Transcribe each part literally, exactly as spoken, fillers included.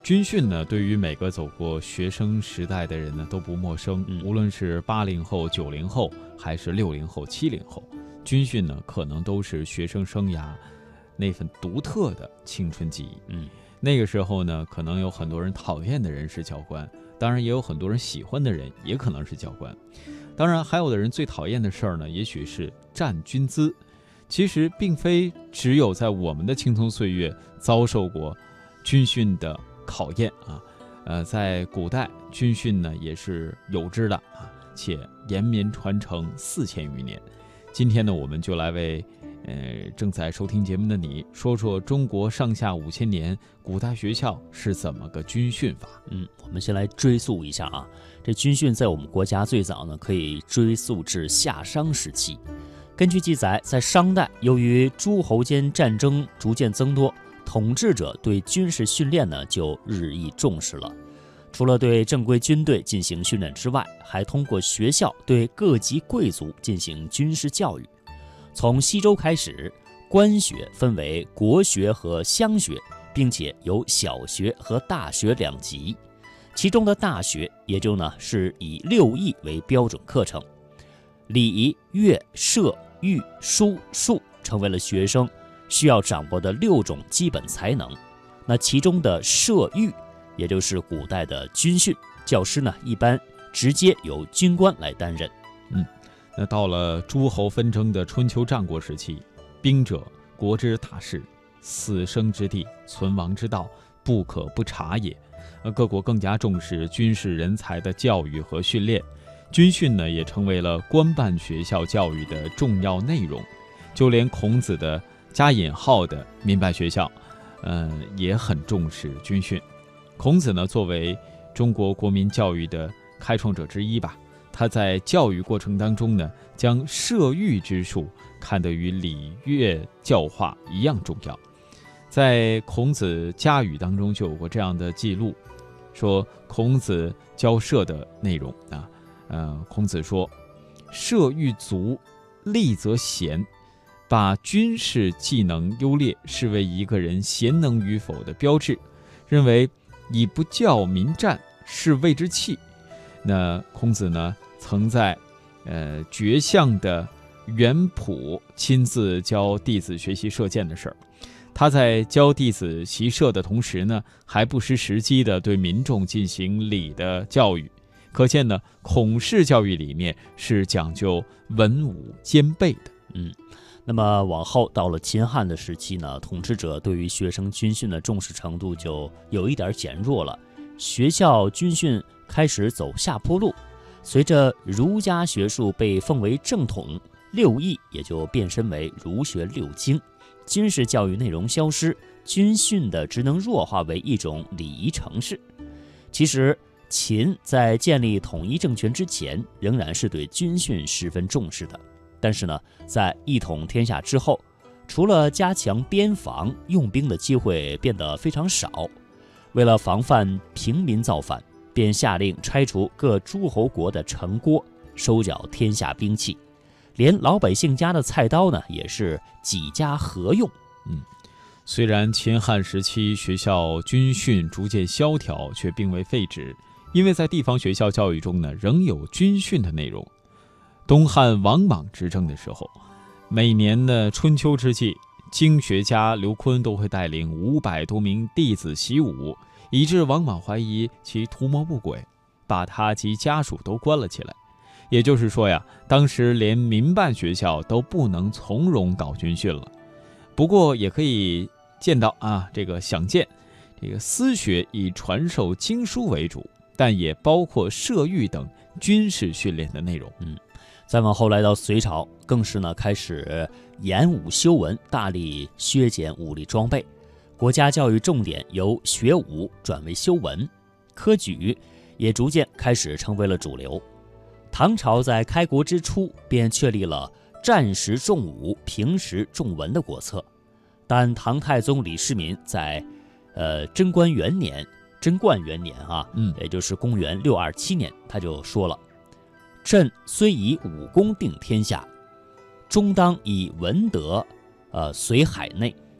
军训呢，对于每个走过学生时代的人呢都不陌生， 嗯无论是八零后、九零后，还是六零后、七零后，军训呢可能都是学生生涯那份独特的青春记忆。 嗯， 那个时候呢，可能有很多人讨厌的人是教官，当然也有很多人喜欢的人也可能是教官。当然，还有的人最讨厌的事儿呢，也许是站军姿。其实，并非只有在我们的青葱岁月遭受过军训的考验啊，呃，在古代军训呢也是有之的啊，且延绵传承四千余年。今天呢，我们就来为呃正在收听节目的你说说中国上下五千年古代学校是怎么个军训法。 嗯，我们先来追溯一下啊，这军训在我们国家最早呢可以追溯至夏商时期。根据记载，在商代，由于诸侯间战争逐渐增多，统治者对军事训练呢就日益重视了。除了对正规军队进行训练之外，还通过学校对各级贵族进行军事教育。从西周开始，官学分为国学和乡学，并且有小学和大学两级。其中的大学，也就呢是以六艺为标准课程，礼、乐、射、御、书、数成为了学生需要掌握的六种基本才能。那其中的射御，也就是古代的军训，教师呢一般直接由军官来担任。 嗯，那到了诸侯纷争的春秋战国时期，兵者，国之大事，死生之地，存亡之道，不可不察也。而各国更加重视军事人才的教育和训练，军训呢也成为了官办学校教育的重要内容。就连孔子的加引号的民办学校，呃，也很重视军训。孔子呢，作为中国国民教育的开创者之一吧，他在教育过程当中呢，将射御之术看得与礼乐教化一样重要。在孔子家语当中就有过这样的记录，说孔子教射的内容啊，呃，孔子说：“射御足，立则贤。”把军事技能优劣视为一个人贤能与否的标志，认为以不教民战，是谓之器。那孔子呢，曾在呃绝相的元普亲自教弟子学习射箭的事儿。他在教弟子习射的同时呢，还不失时机地对民众进行礼的教育。可见呢，孔氏教育里面是讲究文武兼备的。 嗯。那么往后到了秦汉的时期呢，统治者对于学生军训的重视程度就有一点减弱了，学校军训开始走下坡路。随着儒家学术被奉为正统，六艺也就变身为儒学六经，军事教育内容消失，军训的职能弱化为一种礼仪程式。其实秦在建立统一政权之前，仍然是对军训十分重视的。但是呢，在一统天下之后，除了加强边防，用兵的机会变得非常少。为了防范平民造反，便下令拆除各诸侯国的城郭，收缴天下兵器，连老百姓家的菜刀呢，也是几家合用。 嗯，虽然秦汉时期学校军训逐渐萧条，却并未废止，因为在地方学校教育中呢，仍有军训的内容。东汉王莽执政的时候，每年的春秋之际，经学家刘琨都会带领五百多名弟子习武，以致王莽怀疑其图谋不轨，把他及家属都关了起来。也就是说呀，当时连民办学校都不能从容搞军训了。不过也可以见到啊，这个想见，这个私学以传授经书为主，但也包括射御等军事训练的内容。 嗯。再往后来到隋朝，更是呢开始严武修文，大力削减武力装备，国家教育重点由学武转为修文，科举也逐渐开始成为了主流。唐朝在开国之初便确立了战时重武、平时重文的国策，但唐太宗李世民在呃贞观元年，贞观元年啊， 嗯， 也就是公元六二七年，他就说了。朕虽以武功定天下，终当以文德，呃，随海内。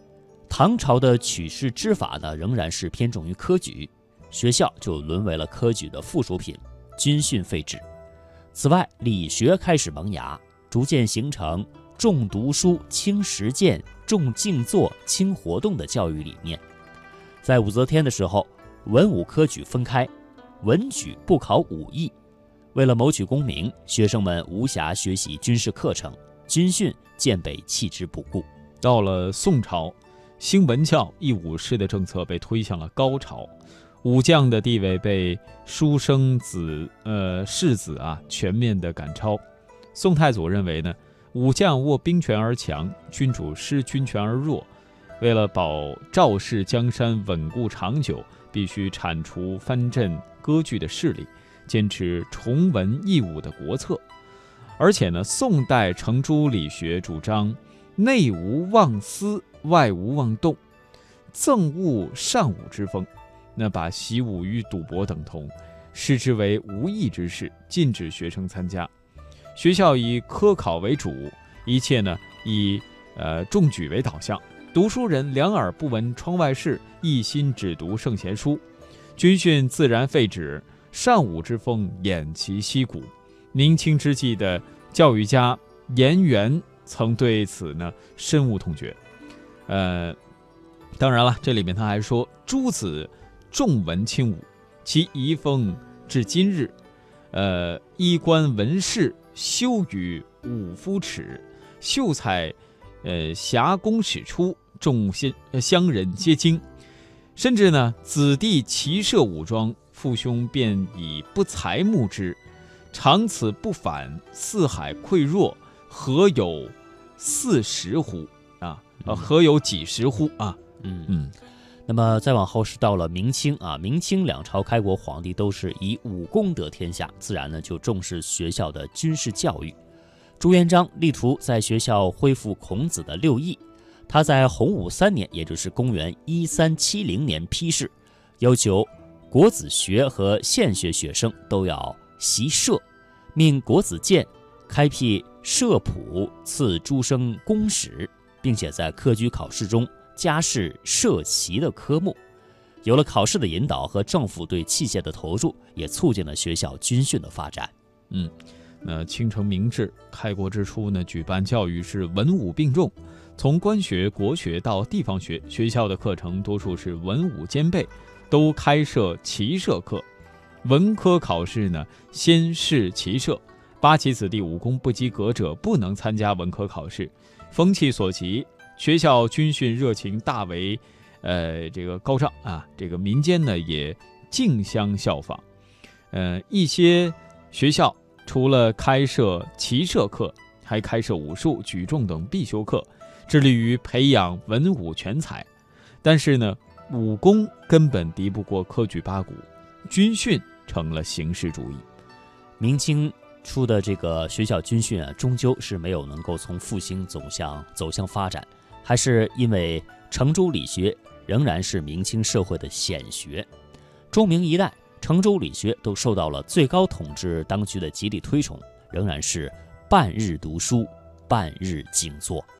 唐朝的取士之法呢，仍然是偏重于科举，学校就沦为了科举的附属品，军训废止。此外，理学开始萌芽，逐渐形成重读书、轻实践、重静坐、轻活动的教育理念。在武则天的时候，文武科举分开，文举不考武艺。为了谋取功名，学生们无暇学习军事课程，军训渐被弃之不顾。 到了宋朝，兴文教义武士的政策被推向了高潮，武将的地位被书生子呃士子啊全面的赶超。宋太祖认为呢，武将握兵权而强，君主失军权而弱。为了保赵氏江山稳固长久，必须铲除藩镇割据的势力，坚持崇文抑武的国策。而且呢，宋代程朱理学主张内无妄思，外无妄动，憎恶尚武之风，那把习武与赌博等同，视之为无益之事，禁止学生参加。学校以科考为主，一切呢以呃中举为导向。读书人两耳不闻窗外事，一心只读圣贤书。军训自然废止，尚武之风偃旗息鼓。明清之际的教育家颜元曾对此呢深恶痛绝。呃，当然了，这里面他还说，诸子重文轻武，其遗风至今日。呃，衣冠文士，修于武夫耻，秀才，呃，侠公始出，众乡人皆惊。甚至呢，子弟骑射武装，父兄便以不才目之。长此不返，四海溃弱，何有四十乎？啊，呃，何有几十乎？啊， 嗯嗯。那么再往后是到了明清啊，明清两朝开国皇帝都是以武功得天下，自然呢就重视学校的军事教育。朱元璋力图在学校恢复孔子的六艺，他在洪武三年，也就是公元一三七零年批示，要求国子学和县学学生都要习射，命国子监开辟射谱，赐诸生公使，并且在科举考试中加试射骑的科目。有了考试的引导和政府对器械的投入，也促进了学校军训的发展。 嗯，那清承明治开国之初呢，举办教育是文武并重，从官学、国学到地方学，学校的课程多数是文武兼备，都开设骑射课。文科考试呢，先试骑射，八旗子弟武功不及格者不能参加文科考试。风气所及，学校军训热情大为，呃，这个高涨啊。这个民间呢也竞相效仿，呃，一些学校除了开设骑射课，还开设武术、举重等必修课，致力于培养文武全才。但是呢，武功根本敌不过科举八股，军训成了形式主义。 明清初的这个学校军训啊，终究是没有能够从复兴走向走向发展，还是因为程朱理学仍然是明清社会的显学。中明一代，程朱理学都受到了最高统治当局的极力推崇，仍然是半日读书，半日静坐。